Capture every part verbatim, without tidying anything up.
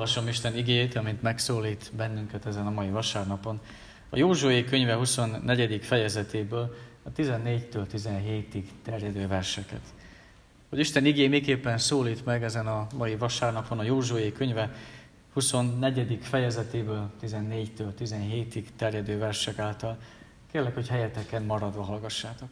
Felolvasom Isten igéjét, amint megszólít bennünket ezen a mai vasárnapon. A Józsué könyve huszonnegyedik fejezetéből a tizennégytől tizenhétig terjedő verseket. Hogy Isten igéje miképpen szólít meg ezen a mai vasárnapon a Józsué könyve huszonnegyedik fejezetéből tizennégytől tizenhétig terjedő versek által, kérlek, hogy helyeteken maradva hallgassátok.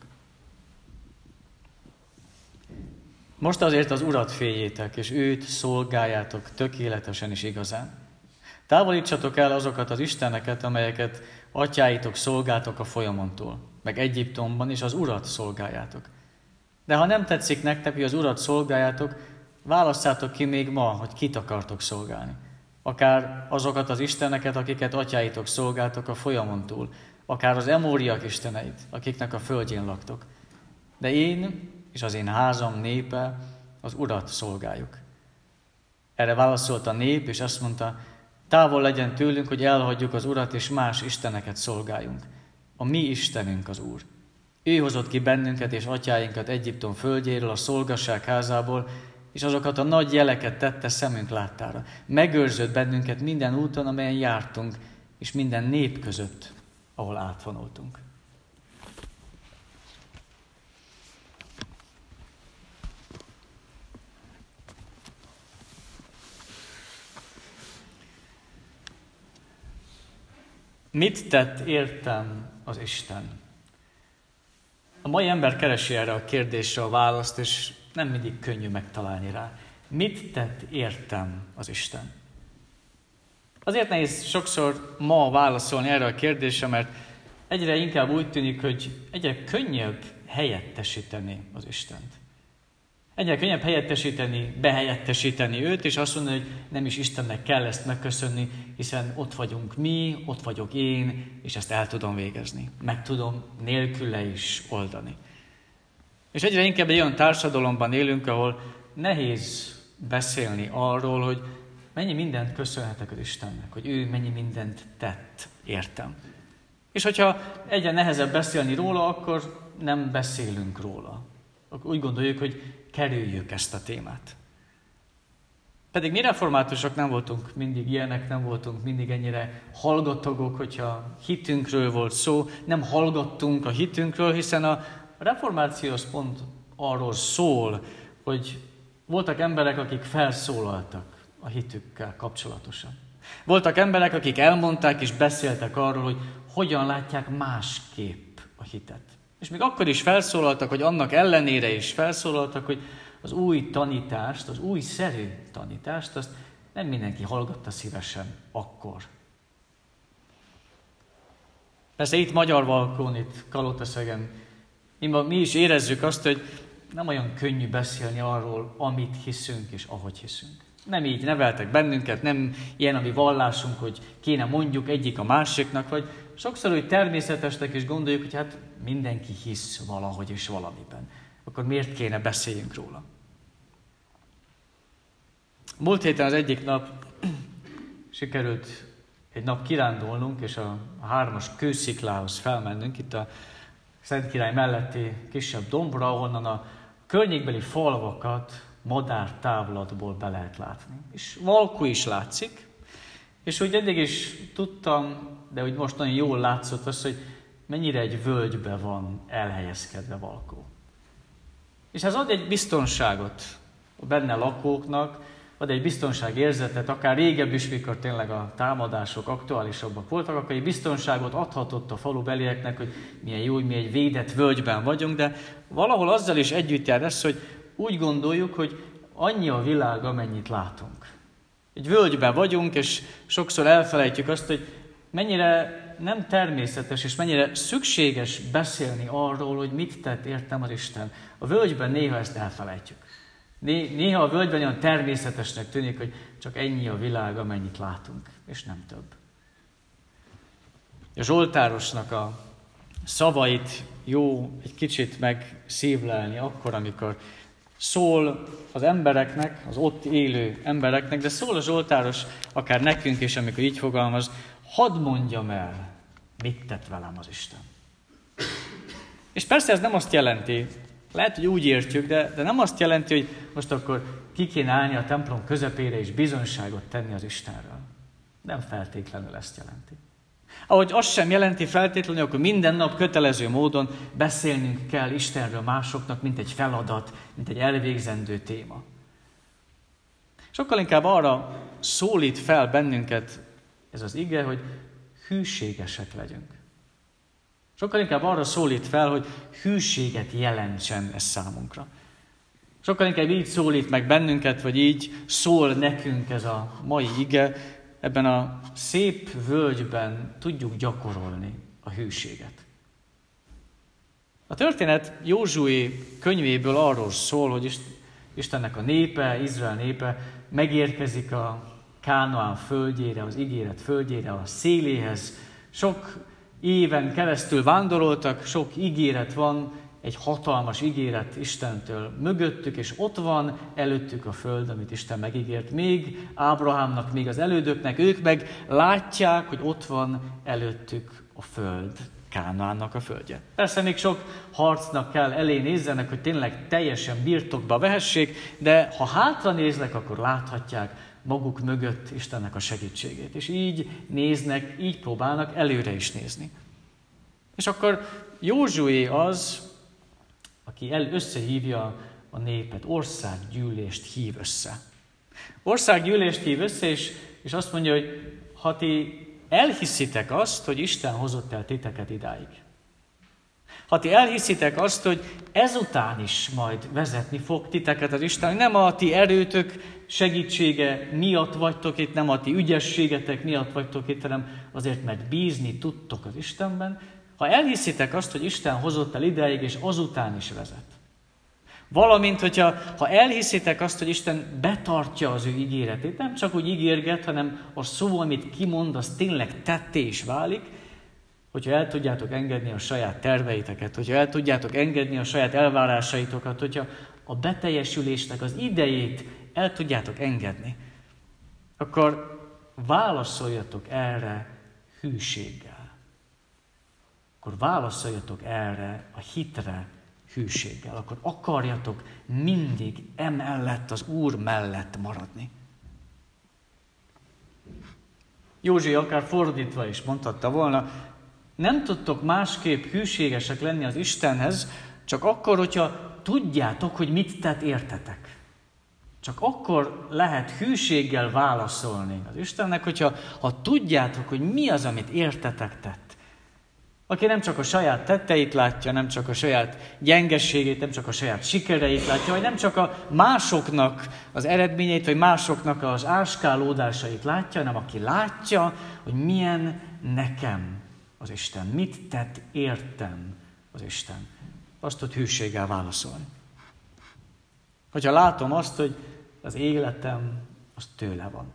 Most azért az Urat féljétek, és őt szolgáljátok tökéletesen és igazán. Távolítsatok el azokat az isteneket, amelyeket atyáitok szolgáltok a folyamontól, meg Egyiptomban is az Urat szolgáljátok. De ha nem tetszik nektek, hogy az Urat szolgáljátok, válasszátok ki még ma, hogy kit akartok szolgálni. Akár azokat az isteneket, akiket atyáitok szolgáltok a folyamontól, akár az emóriak isteneit, akiknek a földjén laktok. De én és az én házam népe az Urat szolgáljuk. Erre válaszolt a nép, és azt mondta, távol legyen tőlünk, hogy elhagyjuk az Urat, és más isteneket szolgáljunk. A mi Istenünk az Úr. Ő hozott ki bennünket és atyáinkat Egyiptom földjéről, a szolgasság házából, és azokat a nagy jeleket tette szemünk láttára. Megőrzött bennünket minden úton, amelyen jártunk, és minden nép között, ahol átvonultunk. Mit tett értem az Isten? A mai ember keresi erre a kérdésre a választ, és nem mindig könnyű megtalálni rá. Mit tett értem az Isten? Azért nehéz sokszor ma válaszolni erre a kérdésre, mert egyre inkább úgy tűnik, hogy egyre könnyebb helyettesíteni az Istent. Egyre könnyebb helyettesíteni, behelyettesíteni őt, és azt mondani, hogy nem is Istennek kell ezt megköszönni, hiszen ott vagyunk mi, ott vagyok én, és ezt el tudom végezni. Meg tudom nélküle is oldani. És egyre inkább egy olyan társadalomban élünk, ahol nehéz beszélni arról, hogy mennyi mindent köszönhetek az Istennek, hogy ő mennyi mindent tett, értem. És hogyha egyre nehezebb beszélni róla, akkor nem beszélünk róla. Akkor úgy gondoljuk, hogy kerüljük ezt a témát. Pedig mi reformátusok nem voltunk mindig ilyenek, nem voltunk mindig ennyire hallgatogok, hogyha hitünkről volt szó, nem hallgattunk a hitünkről, hiszen a reformáció az pont arról szól, hogy voltak emberek, akik felszólaltak a hitükkel kapcsolatosan. Voltak emberek, akik elmondták és beszéltek arról, hogy hogyan látják másképp a hitet. És még akkor is felszólaltak, hogy annak ellenére is felszólaltak, hogy az új tanítást, az új szerű tanítást, azt nem mindenki hallgatta szívesen akkor. Persze itt Magyarvalkón, itt Kalotaszegen, mi is érezzük azt, hogy nem olyan könnyű beszélni arról, amit hiszünk és ahogy hiszünk. Nem így neveltek bennünket, nem ilyen a mi vallásunk, hogy kéne mondjuk egyik a másiknak, vagy sokszor úgy természetesnek is gondoljuk, hogy hát mindenki hisz valahogy és valamiben. Akkor miért kéne beszéljünk róla? Múlt héten az egyik nap sikerült egy nap kirándulnunk, és a hármas kősziklához felmennünk, itt a Szentkirály melletti kisebb dombra, ahonnan a környékbeli falvakat madár távlatból be lehet látni. És Valkó is látszik, és úgy eddig is tudtam, de úgy most nagyon jól látszott az, hogy mennyire egy völgybe van elhelyezkedve Valkó. És ez ad egy biztonságot a benne lakóknak, ad egy biztonságérzetet, akár régebb is, mikor tényleg a támadások aktuálisabbak voltak, akkor egy biztonságot adhatott a falubelieknek, hogy milyen jó, hogy mi egy védett völgyben vagyunk, de valahol azzal is együtt jár ez, hogy úgy gondoljuk, hogy annyi a világ, amennyit látunk. Egy völgyben vagyunk, és sokszor elfelejtjük azt, hogy mennyire nem természetes, és mennyire szükséges beszélni arról, hogy mit tett értem az Isten. A völgyben néha ezt elfelejtjük. Néha a völgyben olyan természetesnek tűnik, hogy csak ennyi a világ, amennyit látunk, és nem több. A Zsoltárosnak a szavait jó egy kicsit megszívlelni akkor, amikor szól az embereknek, az ott élő embereknek, de szól a Zsoltáros akár nekünk is, amikor így fogalmaz, hadd mondjam el, mit tett velem az Isten. És persze ez nem azt jelenti, lehet, hogy úgy értjük, de, de nem azt jelenti, hogy most akkor ki kéne állni a templom közepére és bizonyságot tenni az Istenről. Nem feltétlenül ezt jelenti. Ahogy azt sem jelenti feltétlenül, akkor minden nap kötelező módon beszélnünk kell Istenről másoknak, mint egy feladat, mint egy elvégzendő téma. Sokkal inkább arra szólít fel bennünket ez az ige, hogy hűségesek legyünk. Sokkal inkább arra szólít fel, hogy hűséget jelentsen ez számunkra. Sokkal inkább így szólít meg bennünket, vagy így szól nekünk ez a mai ige, ebben a szép völgyben tudjuk gyakorolni a hűséget. A történet Józsué könyvéből arról szól, hogy Istennek a népe, Izrael népe megérkezik a Kánaán földjére, az ígéret földjére, a széléhez. Sok éven keresztül vándoroltak, sok ígéret van, egy hatalmas ígéret Istentől mögöttük, és ott van előttük a föld, amit Isten megígért. Még Ábrahámnak, még az elődöknek, ők meg látják, hogy ott van előttük a föld, Kánaánnak a földje. Persze még sok harcnak kell elé nézzenek, hogy tényleg teljesen birtokba vehessék, de ha hátra néznek, akkor láthatják maguk mögött Istennek a segítségét. És így néznek, így próbálnak előre is nézni. És akkor Józsué az, aki el összehívja a népet, országgyűlést hív össze. Országgyűlést hív össze, és, és azt mondja, hogy ha ti elhiszitek azt, hogy Isten hozott el titeket idáig. Ha ti elhiszitek azt, hogy ezután is majd vezetni fog titeket az Isten, hogy nem a ti erőtök segítsége miatt vagytok itt, nem a ti ügyességetek miatt vagytok itt, hanem azért, mert bízni tudtok az Istenben. Ha elhiszitek azt, hogy Isten hozott el ideig, és azután is vezet. Valamint, hogyha ha elhiszitek azt, hogy Isten betartja az ő ígéretét, nem csak úgy ígérget, hanem a szó, amit kimond, az tényleg tetté is válik, hogyha el tudjátok engedni a saját terveiteket, hogyha el tudjátok engedni a saját elvárásaitokat, hogyha a beteljesülésnek az idejét el tudjátok engedni, akkor válaszoljatok erre hűséggel. Akkor válaszoljatok erre a hitre hűséggel. Akkor akarjatok mindig emellett, az Úr mellett maradni. Józsué akár fordítva is mondhatta volna, nem tudtok másképp hűségesek lenni az Istenhez, csak akkor, hogyha tudjátok, hogy mit tett értetek. Csak akkor lehet hűséggel válaszolni az Istennek, hogyha ha tudjátok, hogy mi az, amit értetek tett. Aki nem csak a saját tetteit látja, nem csak a saját gyengességét, nem csak a saját sikereit látja, vagy nem csak a másoknak az eredményeit, vagy másoknak az áskálódásait látja, hanem aki látja, hogy milyen nekem az Isten, mit tett értem az Isten. Azt tud hűséggel válaszolni. Hogyha látom azt, hogy az életem az tőle van.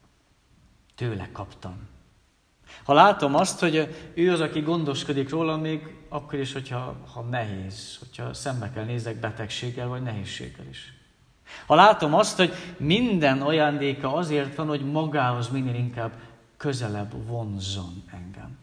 Tőle kaptam. Ha látom azt, hogy ő az, aki gondoskodik róla, még akkor is, hogyha ha nehéz, hogyha szembe kell nézek betegséggel vagy nehézséggel is. Ha látom azt, hogy minden ajándéka azért van, hogy magához minél inkább közelebb vonzzon engem.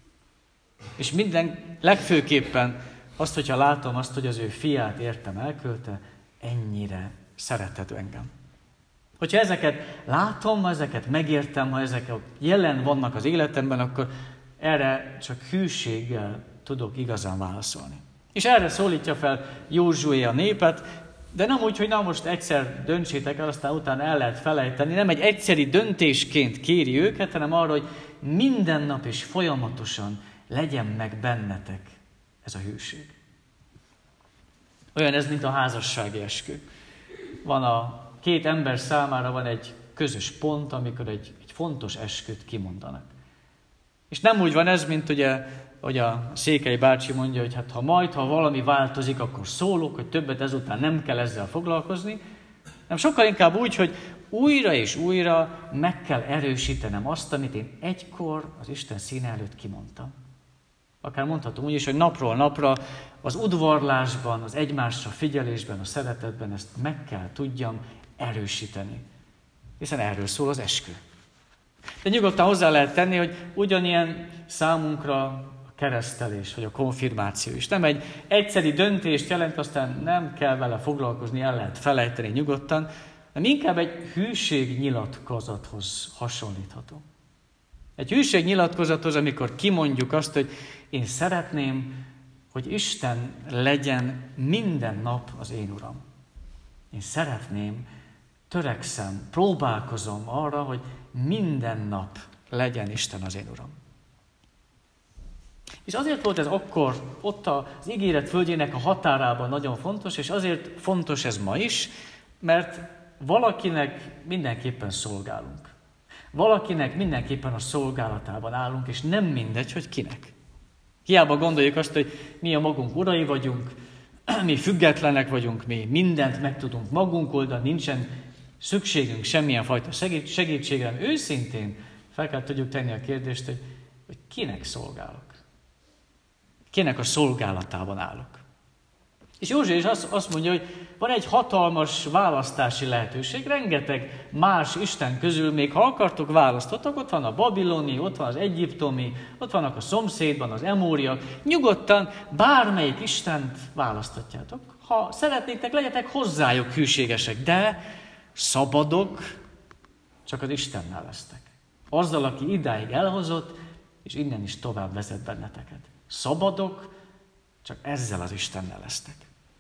És minden legfőképpen azt, hogyha látom azt, hogy az ő fiát értem elküldte, ennyire szeretett engem. Hogyha ezeket látom, ha ezeket megértem, ha ezek jelen vannak az életemben, akkor erre csak hűséggel tudok igazán válaszolni. És erre szólítja fel Józsué a népet, de nem úgy, hogy na most egyszer döntsétek el, aztán utána el lehet felejteni. Nem egy egyszeri döntésként kéri őket, hanem arra, hogy minden nap és folyamatosan legyen meg bennetek ez a hűség. Olyan ez, mint a házassági eskü. Van a két ember számára van egy közös pont, amikor egy, egy fontos esküt kimondanak. És nem úgy van ez, mint ugye, hogy a Székely bácsi mondja, hogy hát ha majd, ha valami változik, akkor szólok, hogy többet ezután nem kell ezzel foglalkozni, hanem sokkal inkább úgy, hogy újra és újra meg kell erősítenem azt, amit én egykor az Isten színe előtt kimondtam. Akár mondhatom úgy is, hogy napról napra az udvarlásban, az egymásra figyelésben, a szeretetben ezt meg kell tudjam erősíteni. Hiszen erről szól az eskü. De nyugodtan hozzá lehet tenni, hogy ugyanilyen számunkra a keresztelés, vagy a konfirmáció is. Nem egy egyszeri döntést jelent, aztán nem kell vele foglalkozni, el lehet felejteni nyugodtan, hanem inkább egy hűségnyilatkozathoz hasonlítható. Egy hűségnyilatkozathoz, amikor kimondjuk azt, hogy én szeretném, hogy Isten legyen minden nap az én Uram. Én szeretném, törekszem, próbálkozom arra, hogy minden nap legyen Isten az én Uram. És azért volt ez akkor ott az ígéret földjének a határában nagyon fontos, és azért fontos ez ma is, mert valakinek mindenképpen szolgálunk. Valakinek mindenképpen a szolgálatában állunk, és nem mindegy, hogy kinek. Hiába gondoljuk azt, hogy mi a magunk urai vagyunk, mi függetlenek vagyunk, mi mindent meg tudunk magunk oldani, nincsen szükségünk semmilyen fajta segítségre. Őszintén fel kell tudjuk tenni a kérdést, hogy, hogy kinek szolgálok. Kinek a szolgálatában állok. És József is azt, azt mondja, hogy van egy hatalmas választási lehetőség, rengeteg más Isten közül, még ha akartok, választotok, ott van a babiloni, ott van az egyiptomi, ott vannak a szomszédban az emóriak, nyugodtan bármelyik Istent választhatjátok. Ha szeretnétek, legyetek hozzájuk hűségesek, de szabadok csak az Istennel lesztek. Azzal, aki idáig elhozott, és innen is tovább vezet benneteket. Szabadok, csak ezzel az Istennel lesztek.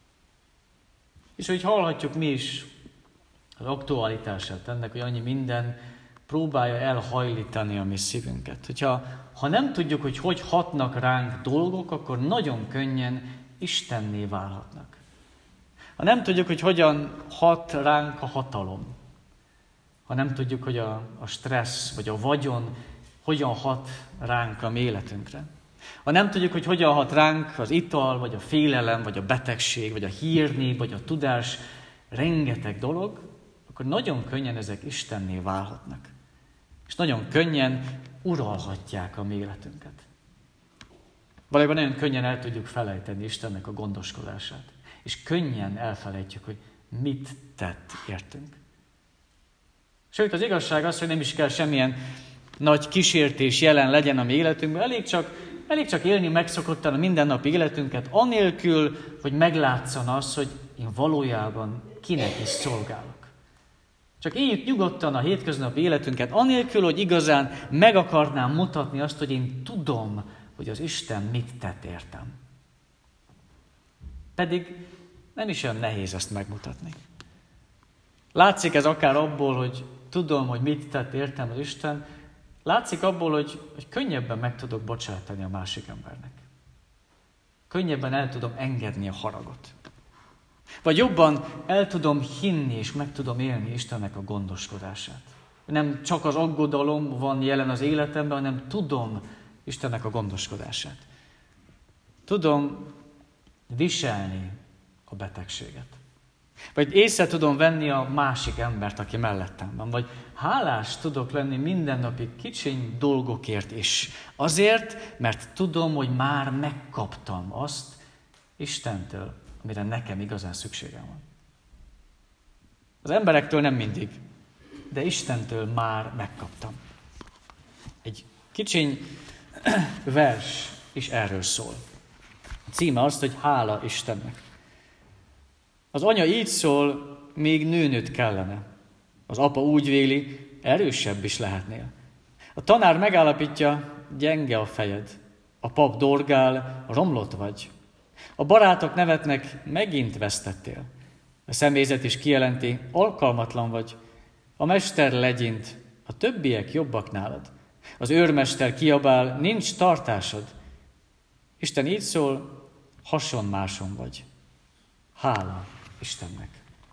És hogy hallhatjuk mi is az aktualitását ennek, hogy annyi minden próbálja elhajlítani a mi szívünket. Hogyha ha nem tudjuk, hogy hogy hatnak ránk dolgok, akkor nagyon könnyen Istenné válhatnak. Ha nem tudjuk, hogy hogyan hat ránk a hatalom, ha nem tudjuk, hogy a, a stressz vagy a vagyon hogyan hat ránk a mi életünkre, ha nem tudjuk, hogy hogyan hat ránk az ital, vagy a félelem, vagy a betegség, vagy a hírnév, vagy a tudás, rengeteg dolog, akkor nagyon könnyen ezek Istenné válhatnak. És nagyon könnyen uralhatják a mi életünket. Valójában nagyon könnyen el tudjuk felejteni Istennek a gondoskodását. És könnyen elfelejtjük, hogy mit tett értünk. Sőt, az igazság az, hogy nem is kell semmilyen nagy kísértés jelen legyen a mi életünkben, elég csak Elég csak élni megszokottan a mindennapi életünket, anélkül, hogy meglátszan az, hogy én valójában kinek is szolgálok. Csak éljük nyugodtan a hétköznapi életünket, anélkül, hogy igazán meg akarnám mutatni azt, hogy én tudom, hogy az Isten mit tett értem. Pedig nem is olyan nehéz ezt megmutatni. Látszik ez akár abból, hogy tudom, hogy mit tett értem az Isten, látszik abból, hogy, hogy könnyebben meg tudok bocsátani a másik embernek. Könnyebben el tudom engedni a haragot. Vagy jobban el tudom hinni és meg tudom élni Istennek a gondoskodását. Nem csak az aggodalom van jelen az életemben, hanem tudom Istennek a gondoskodását. Tudom viselni a betegséget. Vagy észre tudom venni a másik embert, aki mellettem van. Vagy hálás tudok lenni mindennapi kicsiny dolgokért is. Azért, mert tudom, hogy már megkaptam azt Istentől, amire nekem igazán szükségem van. Az emberektől nem mindig, de Istentől már megkaptam. Egy kicsiny vers is erről szól. A címe az, hogy hála Istennek. Az anya így szól, még nőnőt kellene. Az apa úgy véli, erősebb is lehetnél. A tanár megállapítja, gyenge a fejed. A pap dorgál, romlott vagy. A barátok nevetnek, megint vesztettél. A személyzet is kijelenti, alkalmatlan vagy. A mester legyint, a többiek jobbak nálad. Az őrmester kiabál, nincs tartásod. Isten így szól, hasonmáson vagy. Hála Istennek.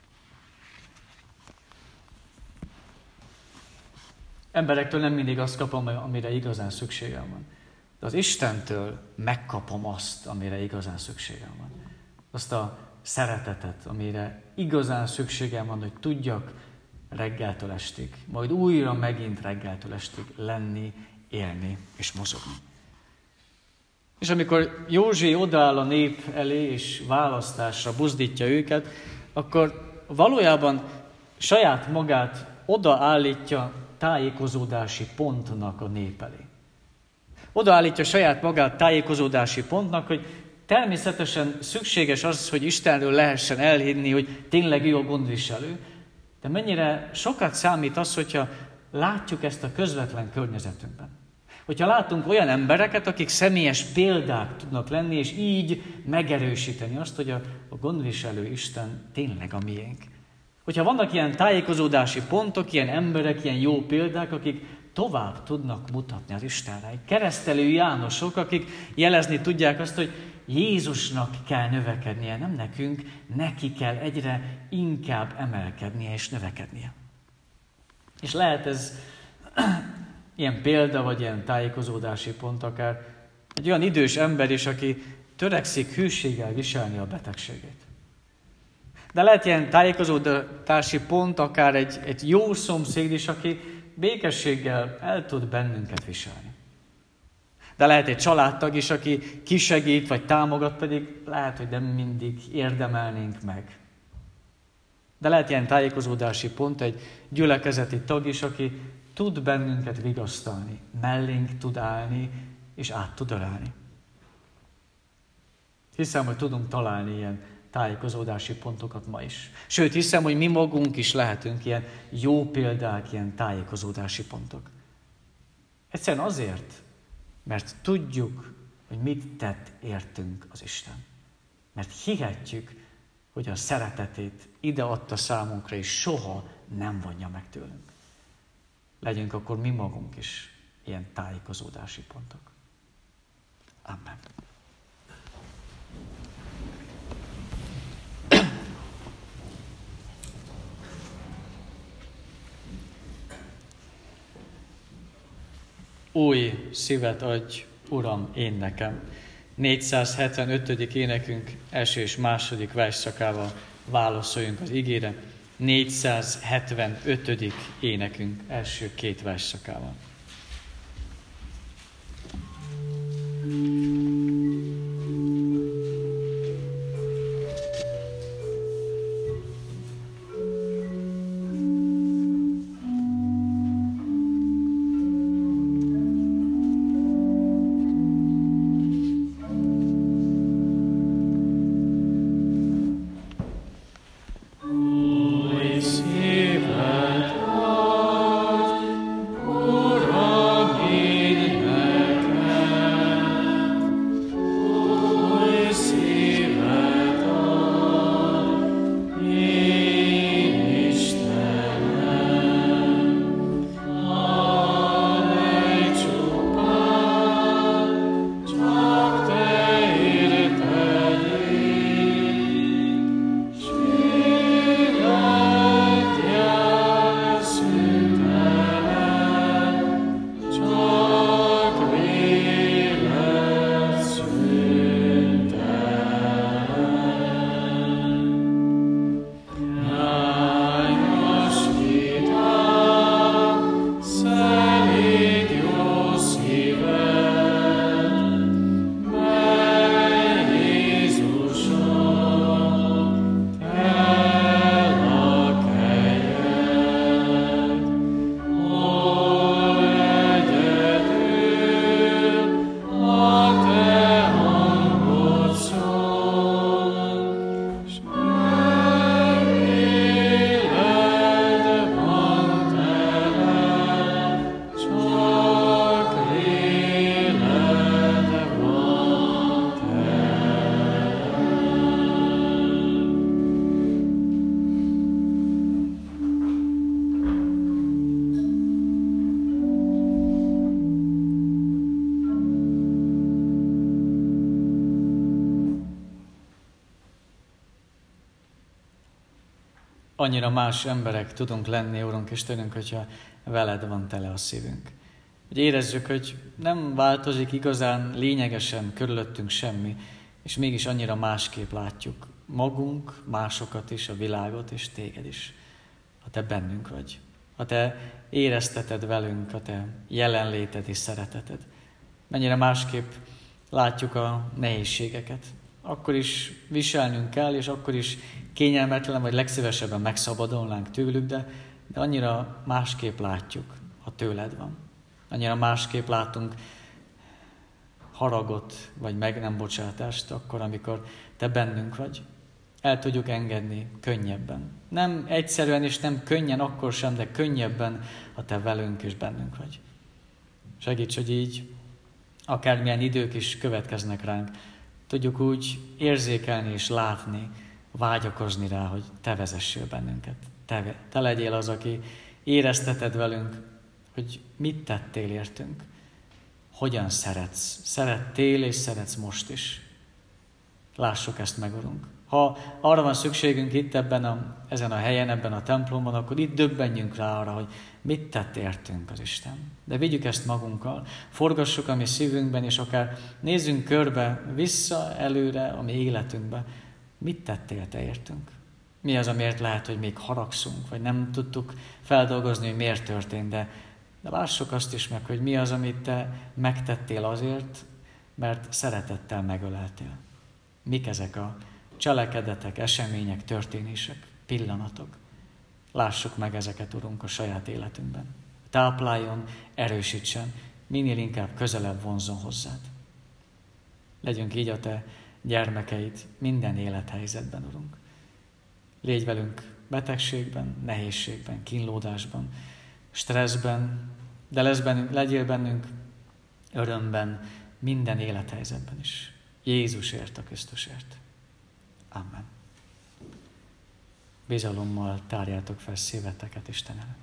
Emberektől nem mindig azt kapom, amire igazán szükségem van. De az Istentől megkapom azt, amire igazán szükségem van. Azt a szeretetet, amire igazán szükségem van, hogy tudjak reggeltől estig, majd újra megint reggeltől estig lenni, élni és mozogni. És amikor Józsi odaáll a nép elé, és választásra buzdítja őket, akkor valójában saját magát odaállítja tájékozódási pontnak a nép elé. Odaállítja saját magát tájékozódási pontnak, hogy természetesen szükséges az, hogy Istenről lehessen elhinni, hogy tényleg ő a gondviselő, De mennyire sokat számít az, hogyha látjuk ezt a közvetlen környezetünkben. Hogyha látunk olyan embereket, akik személyes példák tudnak lenni, és így megerősíteni azt, hogy a, a gondviselő Isten tényleg a miénk. Hogyha vannak ilyen tájékozódási pontok, ilyen emberek, ilyen jó példák, akik tovább tudnak mutatni az Istenre. Keresztelő Jánosok, akik jelezni tudják azt, hogy Jézusnak kell növekednie, nem nekünk, neki kell egyre inkább emelkednie és növekednie. És lehet ez ilyen példa, vagy ilyen tájékozódási pont akár egy olyan idős ember is, aki törekszik hűséggel viselni a betegségét. De lehet ilyen tájékozódási pont akár egy, egy jó szomszéd is, aki békességgel el tud bennünket viselni. De lehet egy családtag is, aki kisegít vagy támogat, pedig lehet, hogy nem mindig érdemelnénk meg. De lehet ilyen tájékozódási pont egy gyülekezeti tag is, aki tud bennünket vigasztalni, mellénk tud állni, és át tud ölelni. Hiszem, hogy tudunk találni ilyen tájékozódási pontokat ma is. Sőt, hiszem, hogy mi magunk is lehetünk ilyen jó példák, ilyen tájékozódási pontok. Egyszerűen azért, mert tudjuk, hogy mit tett értünk az Isten. Mert hihetjük, hogy a szeretetét ide adta számunkra, és soha nem vonja meg tőlünk. Legyünk akkor mi magunk is ilyen tájékozódási pontok. Amen. Új szívet adj, Uram, én nekem. négyszázhetvenötödik énekünk első és második versszakával válaszoljunk az igére. négyszázhetvenötödik énekünk első két versszakával. Annyira más emberek tudunk lenni, Úrunk Istenünk, hogyha veled van tele a szívünk. Hogy érezzük, hogy nem változik igazán lényegesen körülöttünk semmi, és mégis annyira másképp látjuk magunk, másokat is, a világot és téged is. Ha te bennünk vagy, ha te érezteted velünk, a te jelenléted és szereteted. Mennyire másképp látjuk a nehézségeket. Akkor is viselnünk kell, és akkor is kényelmetlen, vagy legszívesebben megszabadulnánk tőlük, de, de annyira másképp látjuk, ha tőled van. Annyira másképp látunk haragot, vagy meg nem bocsátást akkor, amikor te bennünk vagy. el tudjuk engedni könnyebben. Nem egyszerűen és nem könnyen, akkor sem, de könnyebben, ha te velünk és bennünk vagy. Segíts, hogy így, akármilyen idők is következnek ránk, tudjuk úgy érzékelni és látni, vágyakozni rá, hogy te vezessél bennünket. Te, te legyél az, aki érezteted velünk, hogy mit tettél értünk, hogyan szeretsz. Szerettél és szeretsz most is. Lássuk ezt meg, Urunk. Ha arra van szükségünk itt ebben a, ezen a helyen, ebben a templomban, akkor itt döbbenjünk rá arra, hogy mit tett értünk az Isten. De vigyük ezt magunkkal, forgassuk a mi szívünkben, és akár nézzünk körbe, vissza, előre a mi életünkbe. Mit tettél te értünk? Mi az, amiért lehet, hogy még haragszunk, vagy nem tudtuk feldolgozni, hogy miért történt, de, de lássuk azt is meg, hogy mi az, amit te megtettél azért, mert szeretettel megöleltél. Mik ezek a cselekedetek, események, történések, pillanatok? Lássuk meg ezeket, Urunk, a saját életünkben. Tápláljon, erősítsen, minél inkább közelebb vonzon hozzád. Legyünk így a te gyermekeid minden élethelyzetben, Urunk. Légy velünk betegségben, nehézségben, kínlódásban, stresszben, de lesz bennünk, legyél bennünk örömben, minden élethelyzetben is. Jézusért, a Krisztusért. Amen. Bizalommal tárjátok fel szíveteket Isten előtt.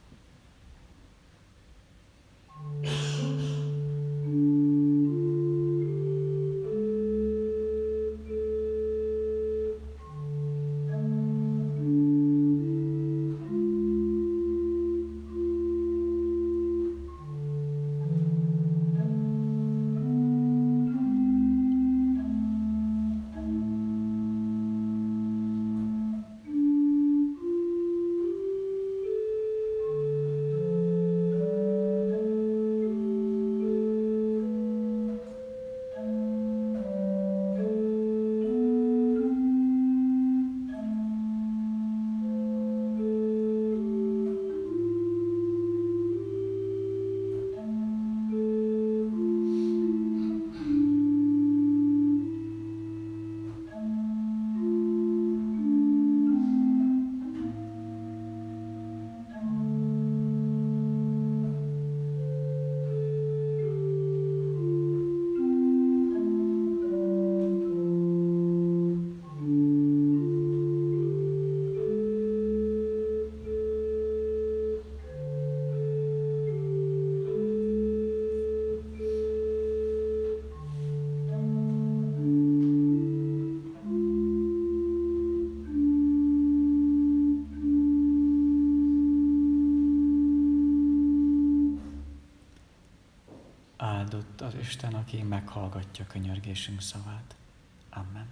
Áldott az Isten, aki meghallgatja könyörgésünk szavát. Amen.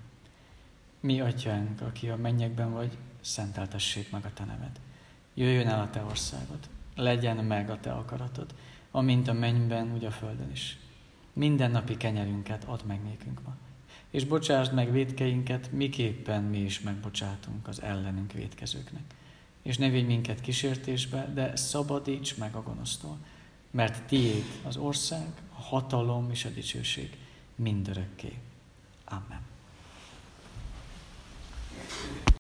Mi, Atyánk, aki a mennyekben vagy, szenteltessék meg a te neved. Jöjjön el a te országod, legyen meg a te akaratod, amint a mennyben, úgy a földön is. Minden napi kenyerünket add meg nékünk ma, és bocsásd meg vétkeinket, miképpen mi is megbocsátunk az ellenünk vétkezőknek. És ne vigy minket kísértésbe, de szabadíts meg a gonosztól, mert tiéd az ország, a hatalom és a dicsőség mindörökké. Amen.